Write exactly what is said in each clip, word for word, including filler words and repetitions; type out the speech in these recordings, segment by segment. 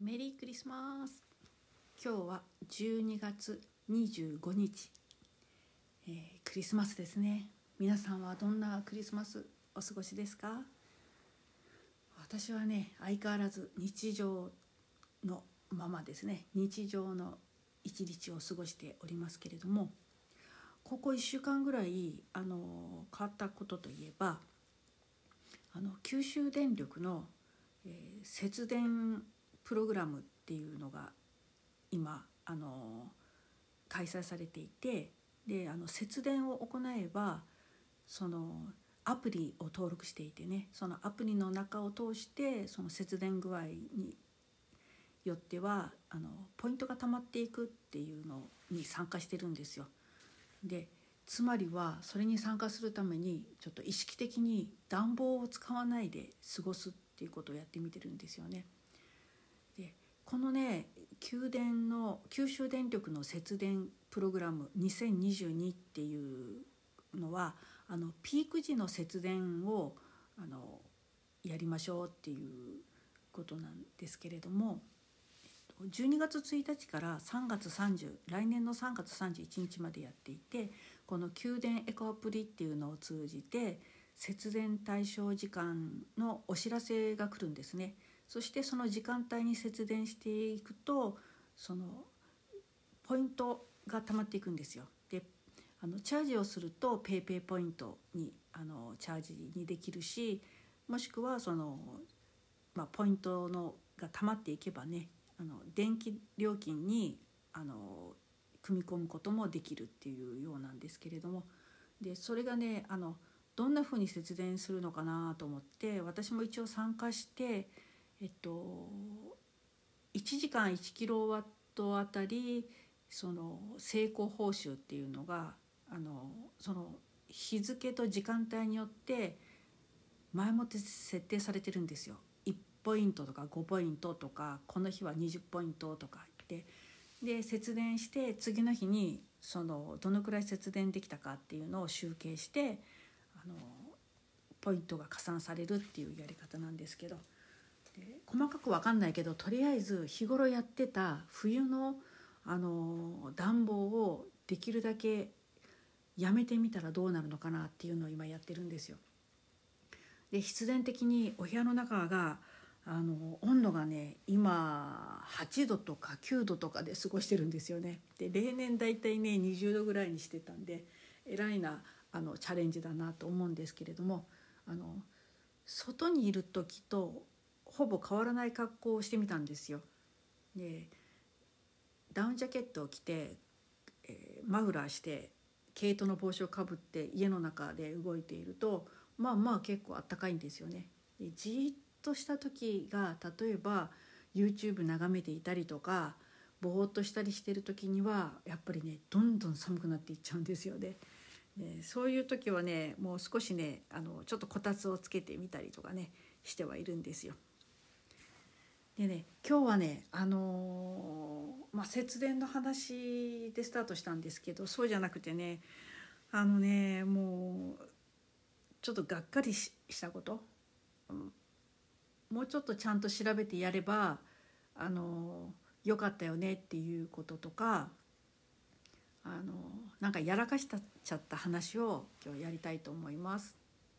メリークリスマス。今日はじゅうにがつにじゅうごにち、えー、クリスマスですね。皆さんはどんなクリスマスお過ごしですか？私はね、相変わらず日常のままですね、日常の一日を過ごしておりますけれども、ここいっしゅうかんぐらいあの変わったことといえば、あの九州電力の、えー、節電プログラムっていうのが今あの開催されていて、であの節電を行えばそのアプリを登録していてね、そのアプリの中を通してその節電具合によってはあのポイントがたまっていくっていうのに参加してるんですよ。でつまりはそれに参加するためにちょっと意識的に暖房を使わないで過ごすっていうことをやってみてるんですよね。でこのね九電の九州電力の節電プログラムにせんにじゅうにっていうのはあのピーク時の節電をあのやりましょうっていうことなんですけれども、じゅうにがつついたちからさんがつさんじゅう来年のさんがつさんじゅういちにちまでやっていて、この九電エコアプリっていうのを通じて節電対象時間のお知らせが来るんですね。そしてその時間帯に節電していくとそのポイントがたまっていくんですよ。であのチャージをするとペイペイポイントにあのチャージにできるし、もしくはその、まあ、ポイントのがたまっていけばね、あの電気料金にあの組み込むこともできるっていうようなんですけれども、でそれがねあのどんなふうに節電するのかなと思って私も一応参加して、えっと、いちじかんいちキロワットあたりその成功報酬っていうのがあのその日付と時間帯によって前もって設定されてるんですよ。いちポイントとかごポイントとか、この日はにじゅっポイントとか言って、で節電して次の日にそのどのくらい節電できたかっていうのを集計してあのポイントが加算されるっていうやり方なんですけど、で細かく分かんないけどとりあえず日頃やってた冬のあの暖房をできるだけやめてみたらどうなるのかなっていうのを今やってるんですよ。で必然的にお部屋の中があの温度がね今はちどとかきゅうどとかで過ごしてるんですよね。で例年だいたいねにじゅうどぐらいにしてたんでえらいなあのチャレンジだなと思うんですけれども、あの外にいる時とほぼ変わらない格好をしてみたんですよ。でダウンジャケットを着て、えー、マフラーして毛糸の帽子をかぶって家の中で動いているとまあまあ結構あったかいんですよね。でじーっとした時が例えば YouTube 眺めていたりとかぼーっとしたりしてる時にはやっぱりねどんどん寒くなっていっちゃうんですよね。でそういう時はねもう少しねあのちょっとこたつをつけてみたりとかねしてはいるんですよ。でね今日はねあのー、まあ節電の話でスタートしたんですけど、そうじゃなくてねあのねもうちょっとがっかり し, したこと、うん、もうちょっとちゃんと調べてやればあのよかったよねっていうこととか、あのなんかやらかしちゃった話を今日やりたいと思います。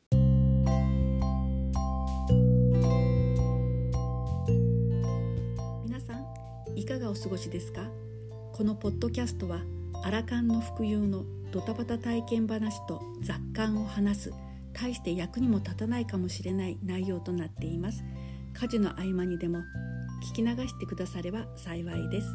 皆さんいかがお過ごしですか？このポッドキャストはアラカンの福有のドタバタ体験話と雑感を話す大して役にも立たないかもしれない内容となっています。家事の合間にでも聞き流してくだされば幸いです。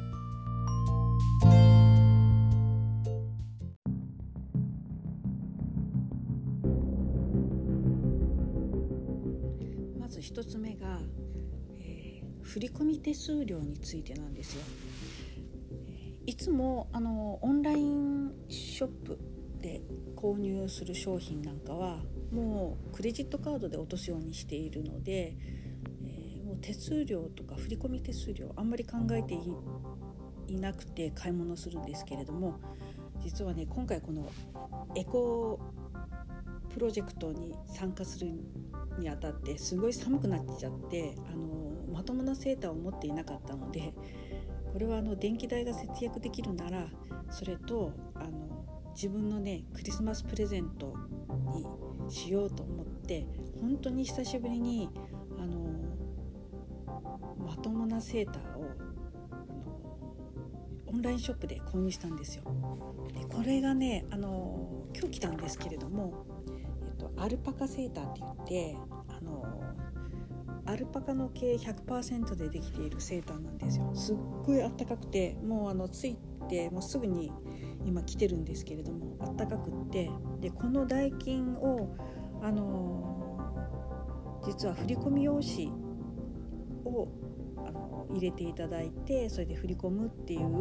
まず一つ目が、えー、振込手数料についてなんですよ。えー、いつもあのオンラインショップで購入する商品なんかはもうクレジットカードで落とすようにしているので、えー、もう手数料とか振込手数料あんまり考えて い, いなくて買い物するんですけれども、実はね今回このエコプロジェクトに参加するにあたってすごい寒くなっちゃって、あのまともなセーターを持っていなかったので、これはあの電気代が節約できるならそれとあの自分のねクリスマスプレゼントにしようと思って、本当に久しぶりにあのまともなセーターをオンラインショップで購入したんですよ。でこれがねあの今日来たんですけれども、えっと、アルパカセーターって言ってあのアルパカの毛 ひゃくパーセント でできているセーターなんですよ。すっごいあったかくて、もうあのついてもうすぐに今着てるんですけれども、あったかくって、でこの代金をあの実は振込用紙をあの入れていただいて、それで振り込むっていうあ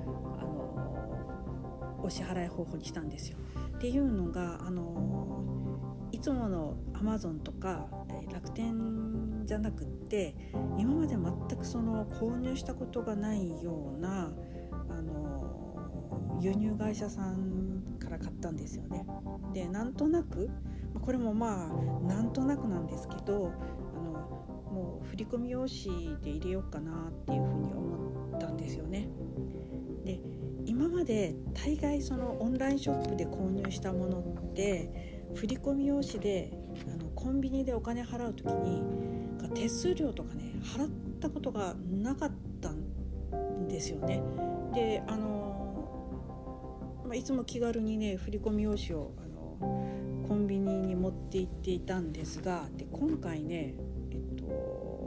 のお支払い方法にしたんですよ。っていうのがあのいつもの Amazon とか楽天じゃなくって、今まで全くその購入したことがないようなあの輸入会社さんから買ったんですよね。でなんとなくこれもまあなんとなくなんですけど、あのもう振り込み用紙で入れようかなっていうふうに思ったんですよね。で今まで大概そのオンラインショップで購入したものって振り込み用紙であのコンビニでお金払うときに手数料とかね払ったことがなかったんですよね。であの、まあ、いつも気軽にね振り込み用紙をあのコンビニに持って行っていたんですが、で今回ね、えっと、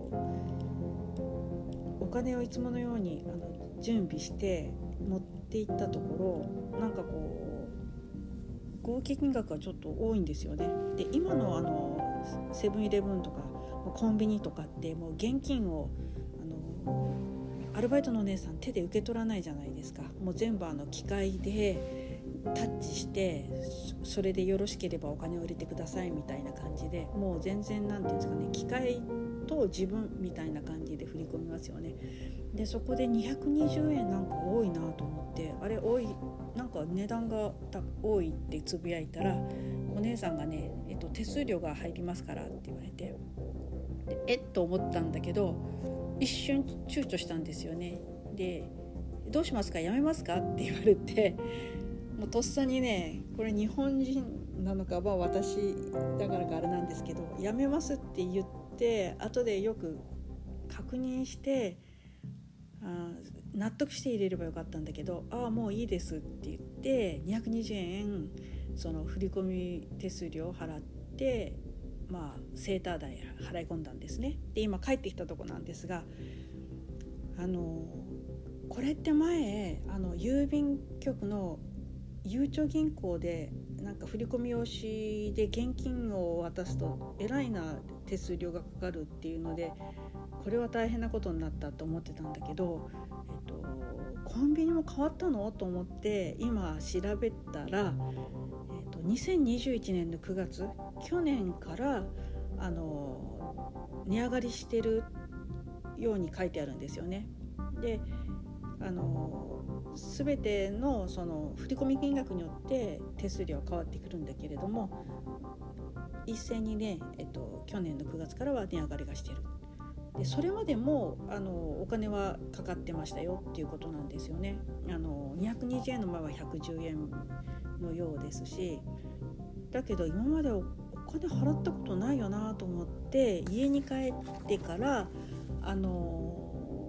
お金をいつものようにあの準備して持って行ったところ、なんかこう合計金額がちょっと多いんですよね。で今のあのセブンイレブンとかコンビニとかってもう現金をあのアルバイトのお姉さん手で受け取らないじゃないですか。もう全部あの機械でタッチしてそれでよろしければお金を入れてくださいみたいな感じで、もう全然なんていうんですかね、機械と自分みたいな感じで振り込みますよね。でそこでにひゃくにじゅうえんなんか多いなと思って、あれ多いなんか値段が多いってつぶやいたら、お姉さんがね、えっと、手数料が入りますからって言われて、でえっと思ったんだけど一瞬躊躇したんですよね。でどうしますか、やめますかって言われて、もうとっさにね、これ日本人なのか、まあ私だからかあれなんですけど、やめますって言って後でよく確認してあ納得して入れればよかったんだけど、ああもういいですって言ってにひゃくにじゅうえんその振込手数料を払って、まあ、セーター代払い込んだんですね。で今帰ってきたとこなんですが、あのこれって前あの郵便局のゆうちょ銀行でなんか振込用紙で現金を渡すとえらいな手数料がかかるっていうので、これは大変なことになったと思ってたんだけど、えっと、コンビニも変わったのと思って今調べたら、えっと、にせんにじゅういちねんのくがつ、去年からあの値上がりしてるように書いてあるんですよね。であの全てのその振込金額によって手数料は変わってくるんだけれども、一斉にね、えっと、去年のくがつからは値上がりがしている。でそれまでもあのお金はかかってましたよっていうことなんですよね。あのにひゃくにじゅうえんの前はひゃくじゅうえんのようですし、だけど今までお金払ったことないよなと思って家に帰ってからあの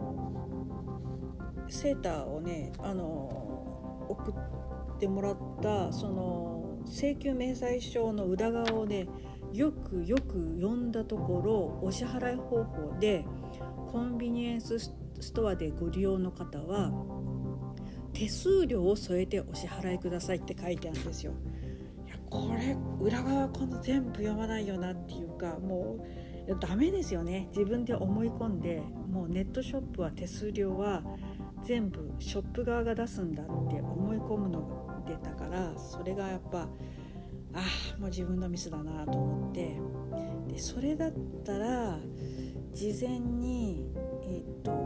セーターをねあの送ってもらったその請求明細書の裏側をねよくよく読んだところ、お支払い方法でコンビニエンスストアでご利用の方は手数料を添えてお支払いくださいって書いてあるんですよ。いやこれ裏側この全部読まないよなっていうか、もうダメですよね。自分で思い込んで、もうネットショップは手数料は全部ショップ側が出すんだって思い込むのが出たから、それがやっぱああもう自分のミスだなと思って、でそれだったら事前にえっと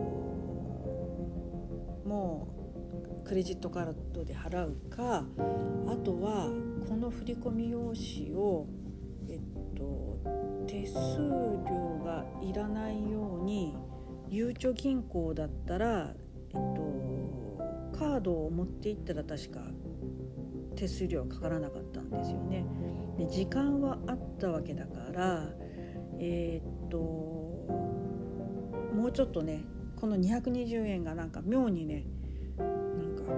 もうクレジットカードで払うか、あとはこの振込用紙をえっと手数料がいらないようにゆうちょ銀行だったら、えっと、カードを持っていったら確か手数料はかからなかったんですよね。で時間はあったわけだからえー、っともうちょっとねこのにひゃくにじゅうえんがなんか妙にねなんか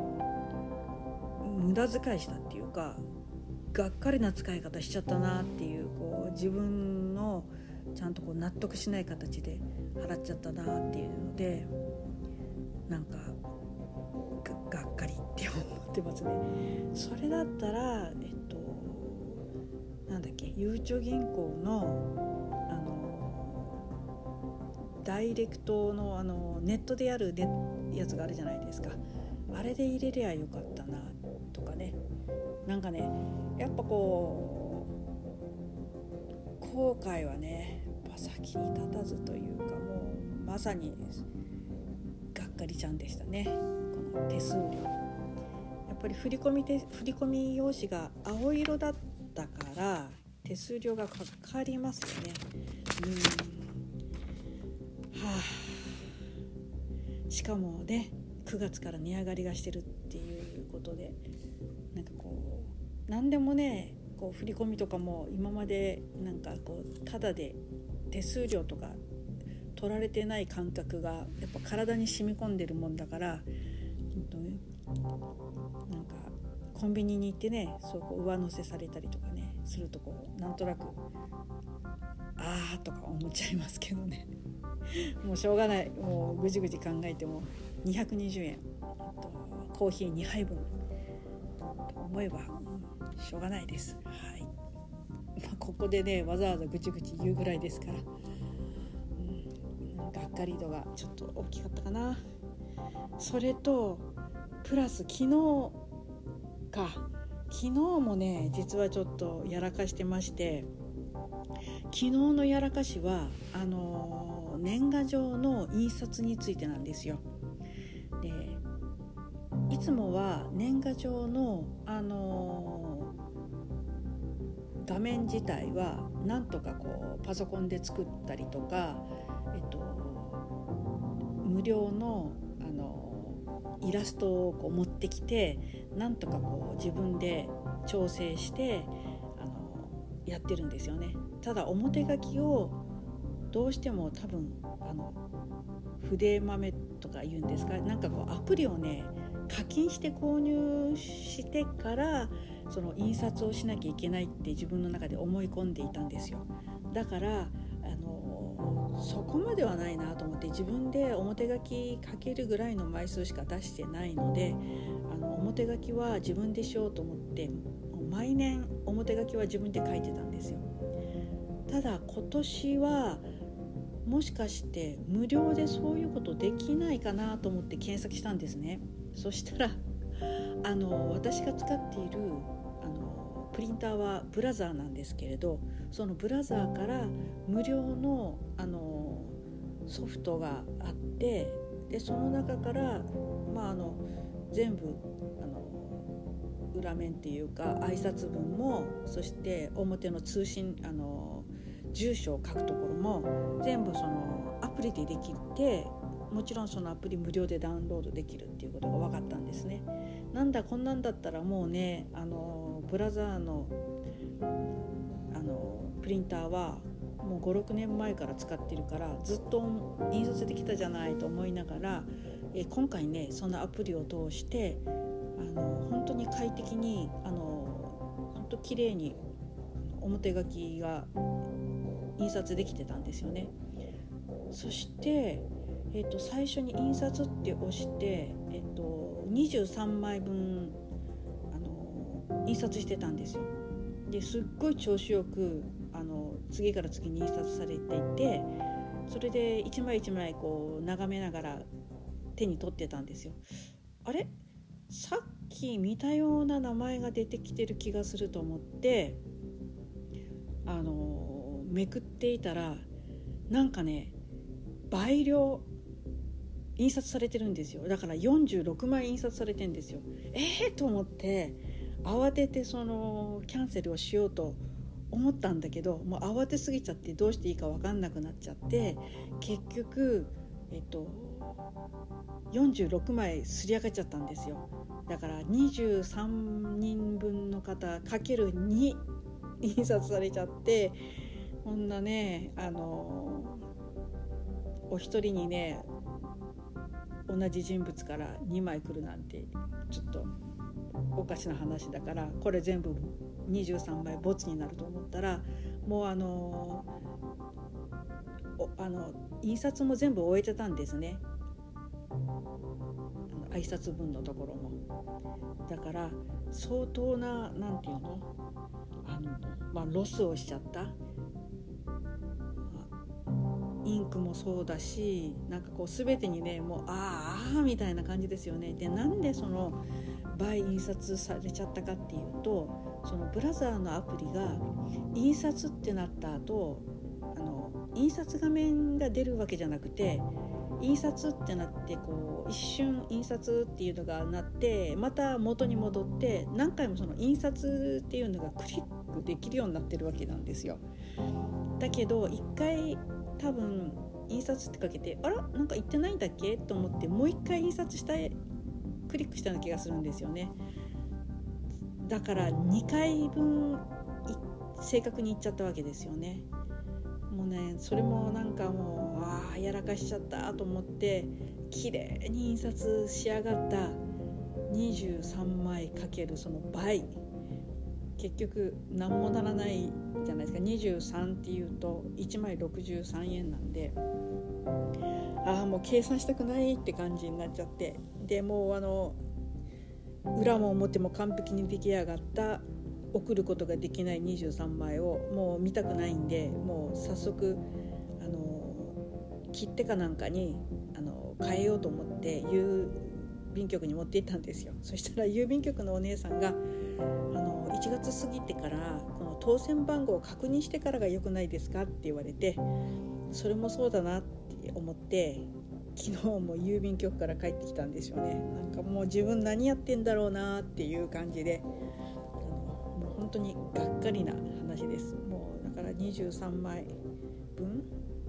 無駄遣いしたっていうかがっかりな使い方しちゃったなっていう、こう自分のちゃんとこう納得しない形で払っちゃったなっていうのでなんか が, がっかりって思ってますね。それだったらえっとなんだっけゆうちょ銀行のあのダイレクトのあのネットでやるやつがあるじゃないですか。あれで入れりゃよかったなとかね。なんかねやっぱこう後悔はねやっぱ先に立たずというかもうまさにがっかりちゃんでしたね。この手数料やっぱり振り込み手振り込み用紙が青色だったから手数料がかかりますよね。うん、はあ、しかもねくがつから値上がりがしてるっていうことでなんかこう何でもねこう振り込みとかも今までなんかこうただで手数料とか取られてない感覚がやっぱ体に染み込んでるもんだから、なんかコンビニに行ってねそうこう上乗せされたりとかねするとこうなんとなくあーとか思っちゃいますけどねもうしょうがない、もうぐじぐじ考えてもにひゃくにじゅうえんとコーヒーにはいぶんと思えば、うん、しょうがないです。はい、まあ、ここでねわざわざぐちぐち言うぐらいですから、うん、がっかり度がちょっと大きかったかな。それとプラス昨日か昨日もね実はちょっとやらかしてまして、昨日のやらかしはあの年賀状の印刷についてなんですよ。でいつもは年賀状のあの画面自体はなんとかこうパソコンで作ったりとか、えっと、無料のあのイラストをこう持ってきてなんとかこう自分で調整してあのやってるんですよね。ただ表書きをどうしても多分あの筆豆とか言うんですか、なんかこうアプリをね課金して購入してからその印刷をしなきゃいけないって自分の中で思い込んでいたんですよ。だからあのそこまではないなと思って自分で表書き書けるぐらいの枚数しか出してないので、あの表書きは自分でしようと思って毎年表書きは自分で書いてたんですよ。ただ今年はもしかして無料でそういうことできないかなと思って検索したんですね。そしたらあの私が使っているあのプリンターはブラザーなんですけれど、そのブラザーから無料のあのソフトがあって、でその中から、まあ、あの全部あの裏面っていうか挨拶文も、そして表の通信あの住所を書くところも全部そのアプリでできて、もちろんそのアプリ無料でダウンロードできるっていうことが分かったんですね。なんだこんなんだったらもうねあのブラザーのあのプリンターはもうごろくねんまえから使ってるからずっと印刷できたじゃないと思いながら、え今回ねそのアプリを通してあの本当に快適にあの本当綺麗に表書きが印刷できてたんですよね。そしてえー、と最初に印刷って押して、えー、とにじゅうさんまいぶんあの印刷してたんですよ。ですっごい調子よくあの次から次に印刷されていて、それで一枚一枚こう眺めながら手に取ってたんですよ。あれさっき見たような名前が出てきてる気がすると思ってあのめくっていたら、なんかね倍量印刷されてるんですよ。だからよんじゅうろくまい印刷されてるんですよ。えーと思って慌ててそのキャンセルをしようと思ったんだけど、もう慌てすぎちゃってどうしていいか分かんなくなっちゃって、結局えっとよんじゅうろくまいすり上がっちゃったんですよ。だからにじゅうさんにんぶんの方かけるに印刷されちゃって、こんなねあのお一人にね同じ人物からにまい来るなんてちょっとおかしな話だから、これ全部にじゅうさんまいボツになると思ったら、もうあのあの印刷も全部終えてたんですね、あの挨拶文のところも。だから相当ななんていうのあの、まあ、ロスをしちゃった。インクもそうだし、なんかこう全てにねもうあーあーみたいな感じですよね。でなんでその倍印刷されちゃったかっていうと、そのブラザーのアプリが印刷ってなった後、あの印刷画面が出るわけじゃなくて、印刷ってなってこう一瞬印刷っていうのがなってまた元に戻って、何回もその印刷っていうのがクリックできるようになってるわけなんですよ。だけど一回多分印刷ってかけて、あらなんか言ってないんだっけと思ってもう一回印刷したクリックしたような気がするんですよね。だからにかいぶん正確に言っちゃったわけですよね。もうねそれもなんかもうああやらかしちゃったと思って、綺麗に印刷し上がったにじゅうさんまいかけるその倍、結局何もならないじゃないですか。にじゅうさんっていうといちまいろくじゅうさんえんなんで、ああもう計算したくないって感じになっちゃって、でもうあの裏も表も完璧に出来上がった送ることができないにじゅうさんまいをもう見たくないんで、もう早速あの切手かなんかにあの変えようと思って郵便局に持って行ったんですよ。そしたら郵便局のお姉さんがあのいちがつ過ぎてからこの当選番号を確認してからが良くないですかって言われて、それもそうだなって思って昨日も郵便局から帰ってきたんですよね。なんかもう自分何やってんだろうなっていう感じで、あのもう本当にがっかりな話です。もうだからにじゅうさんまいぶん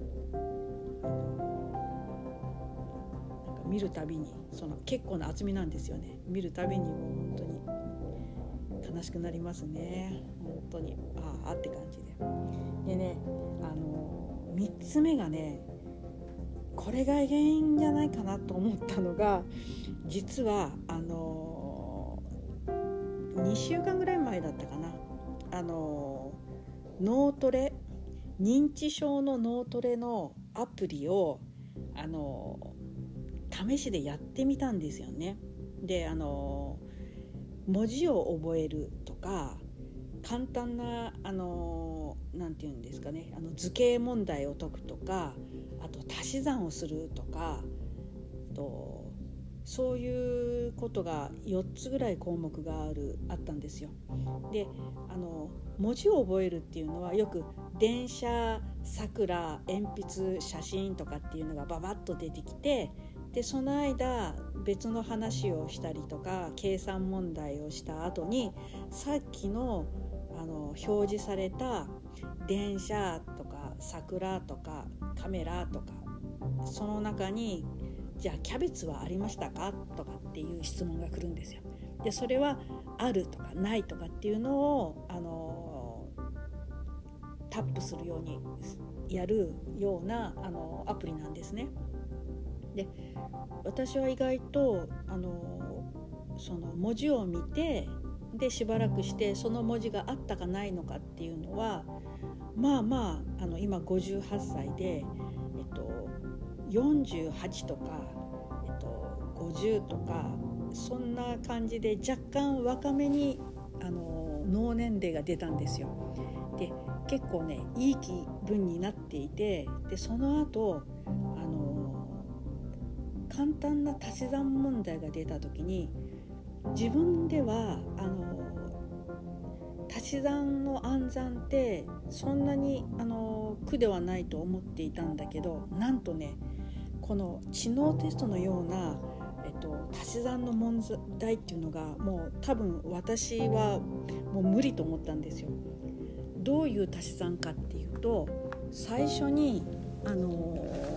なんか見るたびにその結構な厚みなんですよね。見るたびにもう本当に悲しくなりますね。本当にああって感じで。でね、あのみっつめがね、これが原因じゃないかなと思ったのが、実はあのにしゅうかんぐらい前だったかな、あの脳トレ、認知症の脳トレのアプリをあの試しでやってみたんですよね。で、あの文字を覚えるとか、簡単なあのなんていうんですかね、あの図形問題を解くとか、あと足し算をするとか、とそういうことがよっつぐらい項目があるあったんですよ。で、あの文字を覚えるっていうのはよく電車、桜、鉛筆、写真とかっていうのがババッと出てきて、でその間別の話をしたりとか計算問題をした後に、さっきのあの表示された電車とか桜とかカメラとか、その中にじゃあキャベツはありましたかとかっていう質問が来るんですよ。でそれはあるとかないとかっていうのをあのタップするようにやるようなあのアプリなんですね。で私は意外とあのその文字を見て、でしばらくしてその文字があったかないのかっていうのは、まあまあ、あの今ごじゅうはっさいで、えっと、よんじゅうはちとか、えっと、ごじゅうとかそんな感じで若干若めにあの脳年齢が出たんですよ。で結構ねいい気分になっていて、でその後あの簡単な足し算問題が出た時に、自分ではあの足し算の暗算ってそんなにあの苦ではないと思っていたんだけど、なんとねこの知能テストのような、えっと、足し算の問題っていうのがもう多分私はもう無理と思ったんですよ。どういう足し算かっていうと、最初にあの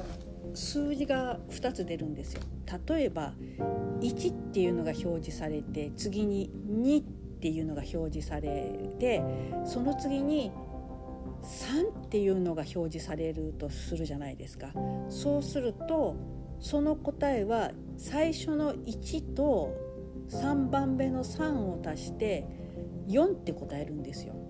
数字がふたつ出るんですよ。例えばいちっていうのが表示されて、次ににっていうのが表示されて、その次にさんっていうのが表示されるとするじゃないですか。そうするとその答えは最初のいちとさんばんめのさんを足してよんって答えるんですよ。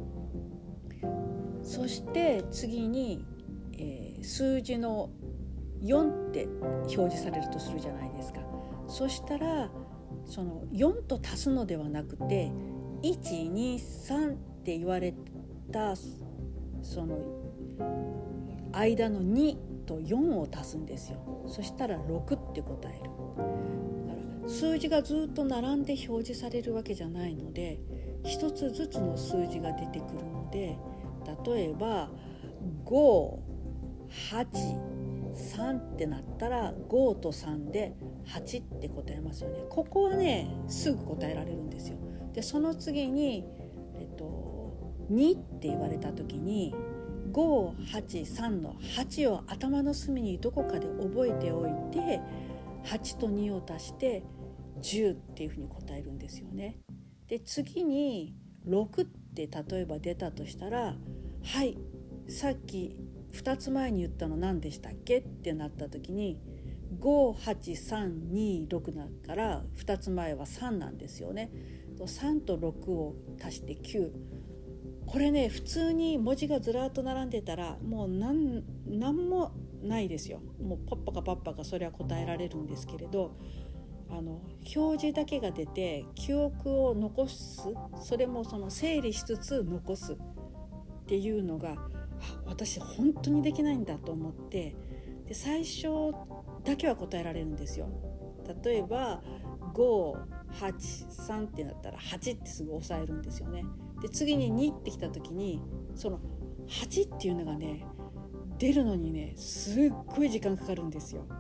そして次に、えー、数字のよんって表示されるとするじゃないですか。そしたらそのよんと足すのではなくていち、に、さんって言われたその間のにとよんを足すんですよ。そしたらろくって答える。だから数字がずっと並んで表示されるわけじゃないので、一つずつの数字が出てくるので、例えばご、はち、さんってなったらごとさんではちって答えますよね。ここはねすぐ答えられるんですよ。でその次に、えっと、にって言われた時にご、はち、さんのはちを頭の隅にどこかで覚えておいてはちとにを足してじゅうっていうふうに答えるんですよね。で次にろくって例えば出たとしたら、はいさっきふたつまえに言ったの何でしたっけってなった時にご、はち、さん、に、ろくだからふたつまえはさんなんですよね。さんとろくを足してきゅう。これね普通に文字がずらっと並んでたらもう何何もないですよ。もうパッパかパッパかそれは答えられるんですけれど、あの表示だけが出て記憶を残す、それもその整理しつつ残すっていうのが私本当にできないんだと思って、で最初だけは答えられるんですよ。例えばご、はち、さんってなったらはちってすぐ押さえるんですよね。で次ににってきた時にそのはちっていうのがね出るのにねすっごい時間かかるんですよ。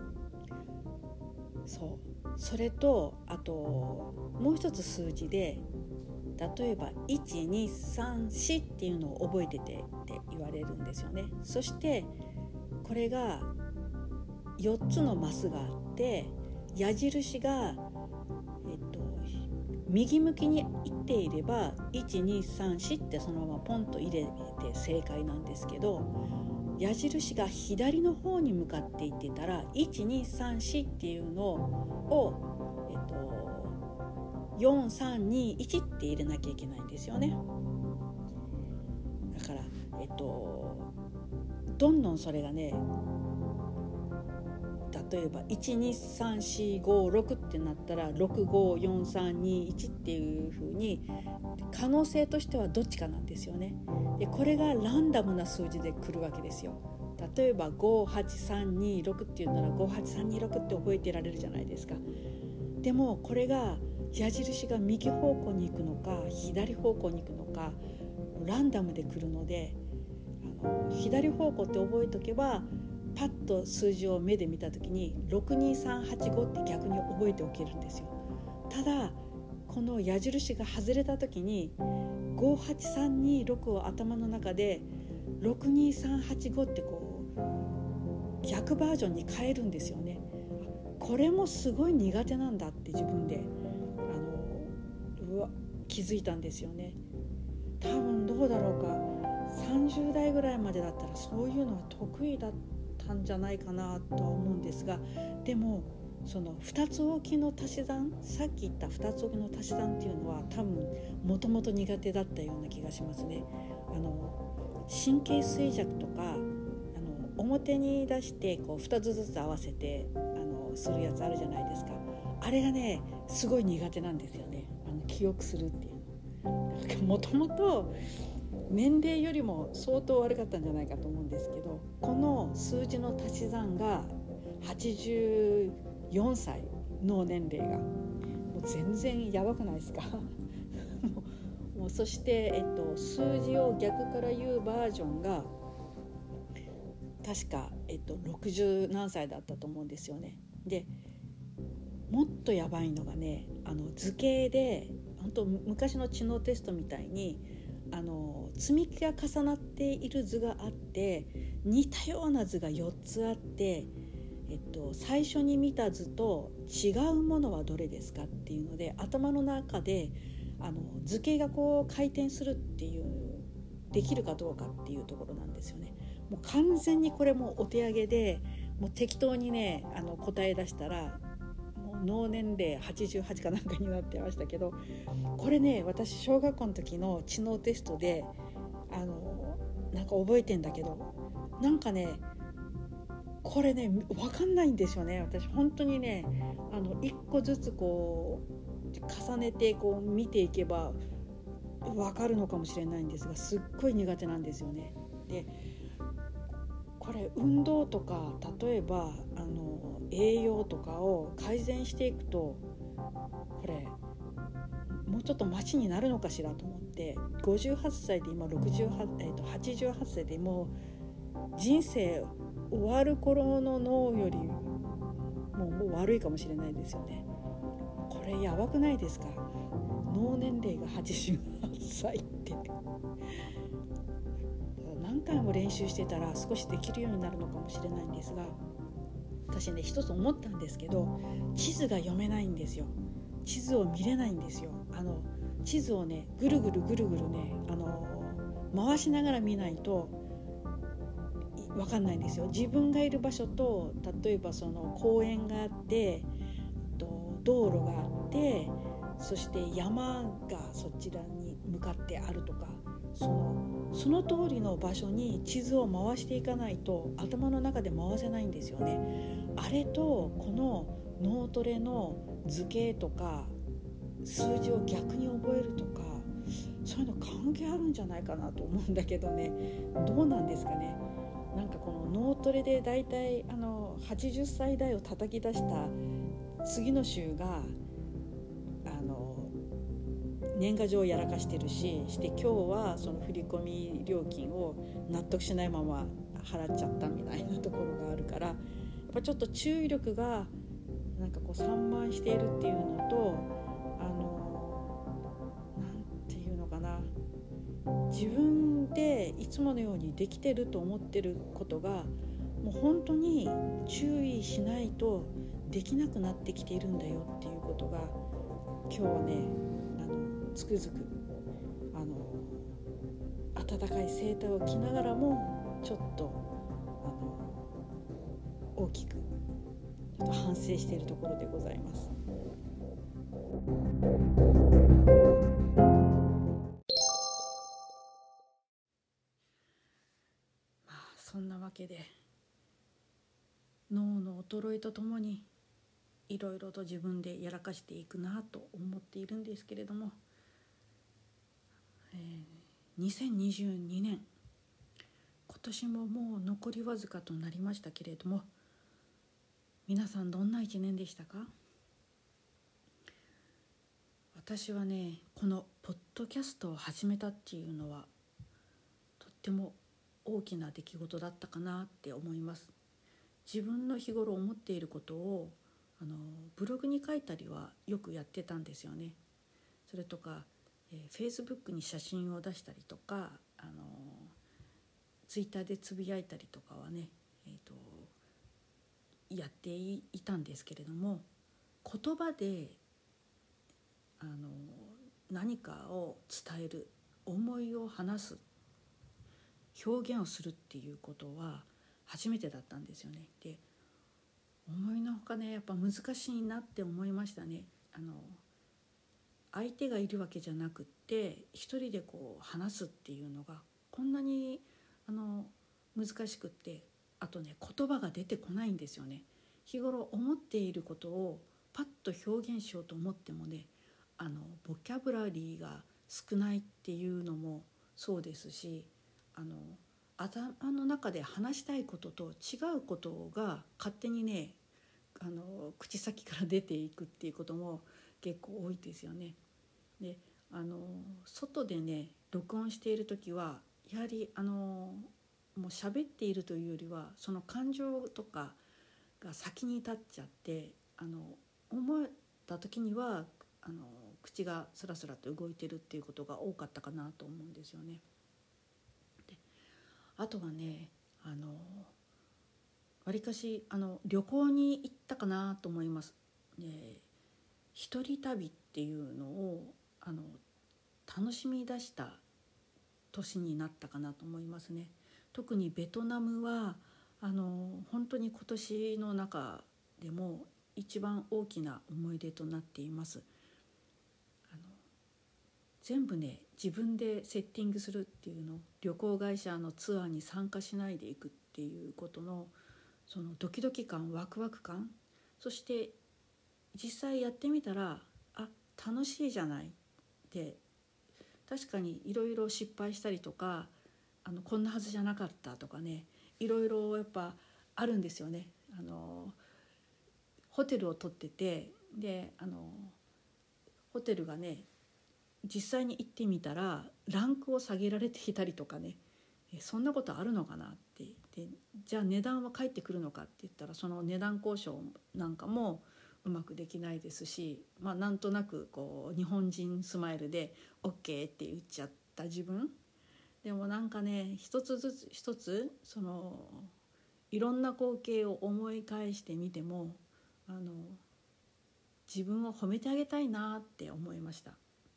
そうそれとあともう一つ数字で、例えばいち、に、さん、よんっていうのを覚えててって言われるんですよね。そしてこれがよっつのマスがあって矢印が、えっと、右向きにいっていればいち、に、さん、よんってそのままポンと入れて正解なんですけど、矢印が左の方に向かっていってたらいち、に、さん、よんっていうのを、えっと、よん、さん、に、いちって入れなきゃいけないんですよね。だから、えっと、どんどんそれがね、例えばいち、に、さん、よん、ご、ろくってなったらろく、ご、よん、さん、に、いちっていう風に可能性としてはどっちかなんですよね。でこれがランダムな数字で来るわけですよ。例えばご、はち、さん、に、ろくっていうならご、はち、さん、に、ろくって覚えてられるじゃないですか。でもこれが矢印が右方向に行くのか左方向に行くのかランダムで来るので、あの左方向って覚えとけばパッと数字を目で見た時にろく、に、さん、はち、ごって逆に覚えておけるんですよ。ただこの矢印が外れた時にご、はち、さん、に、ろくを頭の中でろく、に、さん、はち、ごってこう逆バージョンに変えるんですよね。これもすごい苦手なんだって自分であのうわ気づいたんですよね。多分どうだろうかさんじゅう代ぐらいまでだったらそういうのは得意だったんじゃないかなとは思うんですが、でもそのふたつ置きの足し算、さっき言ったふたつ置きの足し算っていうのは多分もともと苦手だったような気がしますね。あの神経衰弱とかあの表に出してこうふたつずつ合わせてあのするやつあるじゃないですか。あれがねすごい苦手なんですよね。あの記憶するっていうのもともと年齢よりも相当悪かったんじゃないかと思うんですけど、この数字の足し算がはちじゅうよんさい脳年齢がもう全然やばくないですかもうそして、えっと、数字を逆から言うバージョンが確か、えっと、ろくじゅう何歳だったと思うんですよね。でもっとやばいのがね、あの図形で本当昔の知能テストみたいにあの積み木が重なっている図があって似たような図がよっつあって、えっと、最初に見た図と違うものはどれですかっていうので、頭の中であの図形がこう回転するっていうできるかどうかっていうところなんですよね。もう完全にこれもお手上げで、もう適当にねあの答え出したらもう脳年齢はちじゅうはちかなんかになってましたけど、これね私小学校の時の知能テストであのなんか覚えてんだけど、なんかねこれね分かんないんですよね。私本当にねあの一個ずつこう重ねてこう見ていけば分かるのかもしれないんですが、すっごい苦手なんですよね。でこれ運動とか例えばあの栄養とかを改善していくと、これもうちょっとマシになるのかしらと思って、ごじゅうはっさいで今ろくじゅうはち、えーとはちじゅうはっさいでもう人生終わる頃の脳よりもう、もう悪いかもしれないですよね。これやばくないですか？脳年齢がはちじゅうはっさいって何回も練習してたら少しできるようになるのかもしれないんですが、私ね一つ思ったんですけど、地図が読めないんですよ。地図を見れないんですよ。あの地図をねぐるぐるぐるぐるねあの回しながら見ないと分かんないんですよ。自分がいる場所と、例えばその公園があって道路があって、そして山がそちらに向かってあるとか、そのその通りの場所に地図を回していかないと頭の中で回せないんですよね。あれとこの脳トレの図形とか数字を逆に覚えるとか、そういうの関係あるんじゃないかなと思うんだけどね、どうなんですかね。なんかこの脳トレでだいたいあのはちじゅっさい代を叩き出した次の週があの年賀状をやらかしてるし、して今日はその振込料金を納得しないまま払っちゃったみたいなところがあるから、やっぱちょっと注意力がなんかこう散漫しているっていうのと、あのなんていうのかな、自分でいつものようにできてると思ってることがもう本当に注意しないとできなくなってきているんだよっていうことが今日はねあのつくづくあの暖かいセーターを着ながらもちょっとあの大きくちょっと反省しているところでございます。まあそんなわけで脳の衰えとともにいろいろと自分でやらかしていくなと思っているんですけれども、えー、にせんにじゅうにねん今年ももう残りわずかとなりましたけれども、皆さんどんな一年でしたか？私はねこのポッドキャストを始めたっていうのはとっても大きな出来事だったかなって思います。自分の日頃思っていることをあのブログに書いたりはよくやってたんですよね。それとか、えー、Facebook に写真を出したりとか、あの Twitter でつぶやいたりとかはね、えーと、やっていたんですけれども、言葉であの何かを伝える、思いを話す、表現をするっていうことは初めてだったんですよね。で思いのほかねやっぱ難しいなって思いましたね。あの相手がいるわけじゃなくって一人でこう話すっていうのがこんなにあの難しくって、あとね言葉が出てこないんですよね。日頃思っていることをパッと表現しようと思ってもね、あのボキャブラリーが少ないっていうのもそうですし、あの頭の中で話したいことと違うことが勝手にねあの口先から出ていくっていうことも結構多いですよね。であの外でね録音している時はやはりあのもう喋っているというよりはその感情とかが先に立っちゃって、あの思った時にはあの口がスラスラと動いてるっていうことが多かったかなと思うんですよね。であとはねああのわりかしあの旅行に行ったかなと思います。で、一人旅っていうのをあの楽しみ出した年になったかなと思いますね。特にベトナムはあの本当に今年の中でも一番大きな思い出となっています。あの全部ね自分でセッティングするっていうの、旅行会社のツアーに参加しないでいくっていうことのそのドキドキ感、ワクワク感、そして実際やってみたらあ楽しいじゃないって、確かにいろいろ失敗したりとか、あのこんなはずじゃなかったとかね、いろいろやっぱあるんですよね。あのホテルを取ってて、であのホテルがね実際に行ってみたらランクを下げられていたりとかね、えそんなことあるのかなって、でじゃあ値段は返ってくるのかって言ったら、その値段交渉なんかもうまくできないですし、まあ、なんとなくこう日本人スマイルで オーケー って言っちゃった自分でも、なんかね一つずつ一つそのいろんな光景を思い返してみても、あの自分を褒めてあげたいなって思いました。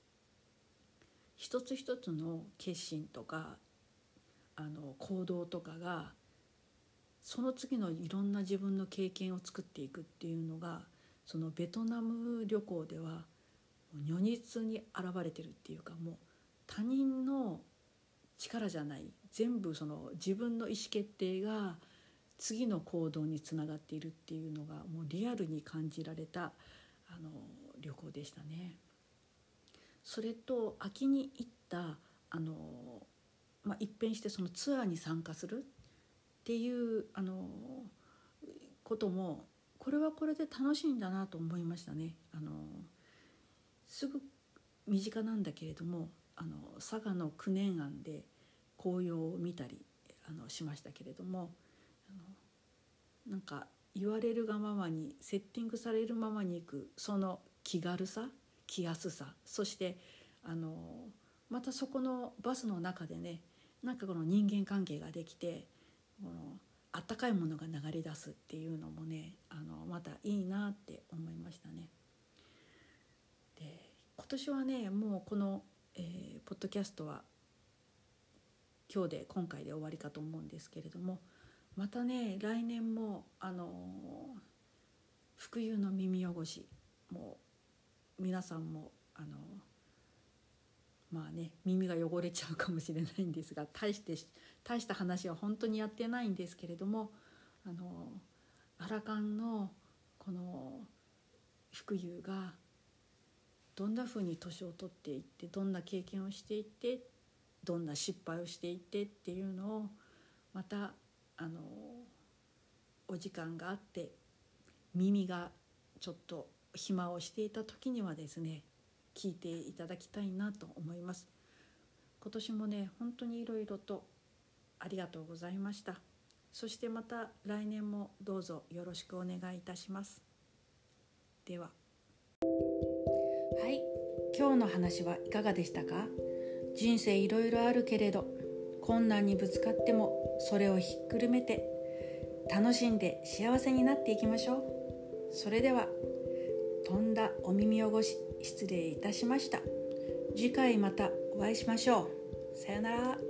一つ一つの決心とかあの行動とかがその次のいろんな自分の経験を作っていくっていうのが、そのベトナム旅行では如実に現れてるっていうか、もう他人の力じゃない、全部その自分の意思決定が次の行動につながっているっていうのがもうリアルに感じられたあの旅行でしたね。それと秋に行ったあの、まあ、一変してそのツアーに参加するっていうあのことも、これはこれで楽しいんだなと思いましたね。あのすぐ身近なんだけれども、あの佐賀の九年庵で紅葉を見たりあのしましたけれども、あのなんか言われるがままにセッティングされるままにいくその気軽さ、気安さ、そしてあのまたそこのバスの中でね、なんかこの人間関係ができて、このあったかいものが流れ出すっていうのもね、あのまたいいなって思いましたね。で今年はねもうこの、えー、ポッドキャストは今日で今回で終わりかと思うんですけれども、またね来年もあの福有の耳汚しもう皆さんもあのまあね耳が汚れちゃうかもしれないんですが、大して大した話は本当にやってないんですけれども、あのアラカンのこの福有がどんなふうに年を取っていって、どんな経験をしていって、どんな失敗をしていってっていうのをまたあのお時間があって耳がちょっと暇をしていた時にはですね聞いていただきたいなと思います。今年もね本当にいろいろとありがとうございました。そしてまた来年もどうぞよろしくお願いいたします。では、はい、今日の話はいかがでしたか？人生いろいろあるけれど、困難にぶつかってもそれをひっくるめて楽しんで幸せになっていきましょう。それでは、とんだお耳汚し失礼いたしました。次回またお会いしましょう。さよなら。